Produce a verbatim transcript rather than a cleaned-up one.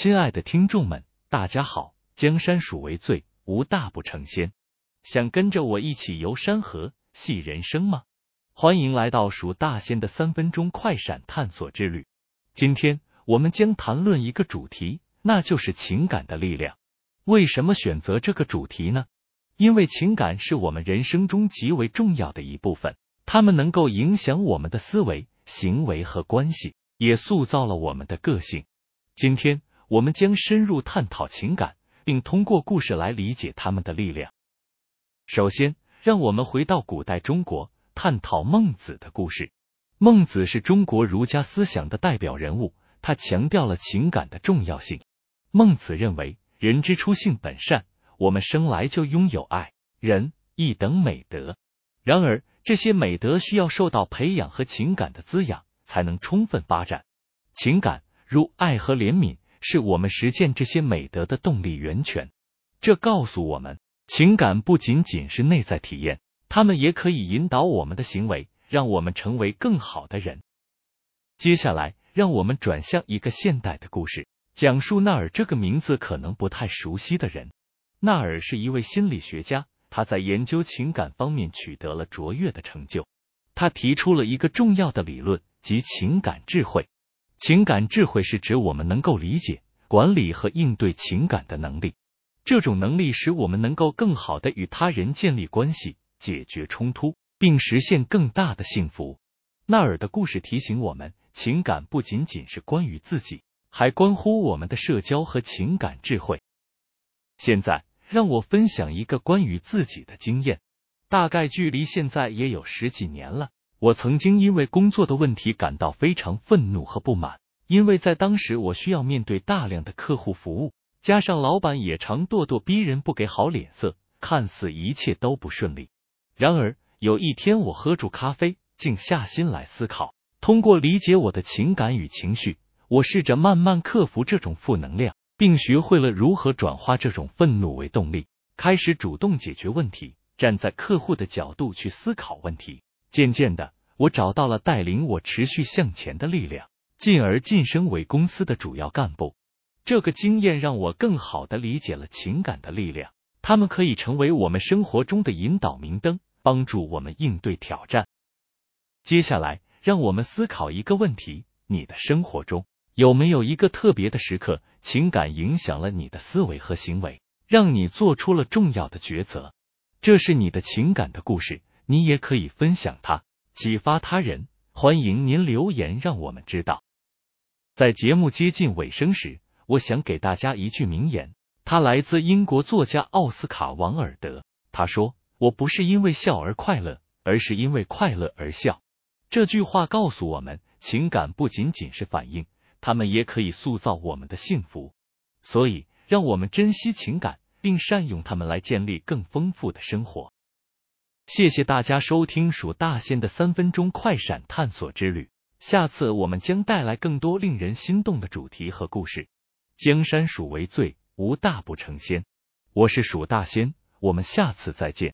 亲爱的听众们，大家好，江山属为最，无大不成仙。想跟着我一起游山河，戏人生吗？欢迎来到蜀大仙的三分钟快闪探索之旅。今天我们将谈论一个主题，那就是情感的力量。为什么选择这个主题呢？因为情感是我们人生中极为重要的一部分，它们能够影响我们的思维、行为和关系，也塑造了我们的个性。今天我们将深入探讨情感，并通过故事来理解它们的力量。首先，让我们回到古代中国，探讨孟子的故事。孟子是中国儒家思想的代表人物，他强调了情感的重要性。孟子认为，人之初性本善，我们生来就拥有爱、仁、义等美德。然而，这些美德需要受到培养和情感的滋养，才能充分发展。情感如爱和怜悯，是我们实践这些美德的动力源泉。这告诉我们，情感不仅仅是内在体验，它们也可以引导我们的行为，让我们成为更好的人。接下来，让我们转向一个现代的故事，讲述纳尔这个名字可能不太熟悉的人。纳尔是一位心理学家，他在研究情感方面取得了卓越的成就。他提出了一个重要的理论，即情感智慧。情感智慧是指我们能够理解、管理和应对情感的能力。这种能力使我们能够更好地与他人建立关系，解决冲突，并实现更大的幸福。纳尔的故事提醒我们，情感不仅仅是关于自己，还关乎我们的社交和情感智慧。现在，让我分享一个关于自己的经验。大概距离现在也有十几年了。我曾经因为工作的问题感到非常愤怒和不满，因为在当时我需要面对大量的客户服务，加上老板也常咄咄逼人，不给好脸色，看似一切都不顺利。然而，有一天我喝住咖啡，静下心来思考，通过理解我的情感与情绪，我试着慢慢克服这种负能量，并学会了如何转化这种愤怒为动力，开始主动解决问题，站在客户的角度去思考问题。渐渐的，我找到了带领我持续向前的力量，进而晋升为公司的主要干部。这个经验让我更好地理解了情感的力量，它们可以成为我们生活中的引导明灯，帮助我们应对挑战。接下来，让我们思考一个问题：你的生活中有没有一个特别的时刻，情感影响了你的思维和行为，让你做出了重要的抉择？这是你的情感的故事，你也可以分享它，启发他人。欢迎您留言让我们知道。在节目接近尾声时，我想给大家一句名言，它来自英国作家奥斯卡·王尔德。他说：“我不是因为笑而快乐，而是因为快乐而笑。”这句话告诉我们，情感不仅仅是反应，它们也可以塑造我们的幸福。所以，让我们珍惜情感，并善用它们来建立更丰富的生活。谢谢大家收听蜀大仙的三分钟快闪探索之旅。下次我们将带来更多令人心动的主题和故事。江山蜀为最，无大不成仙。我是蜀大仙，我们下次再见。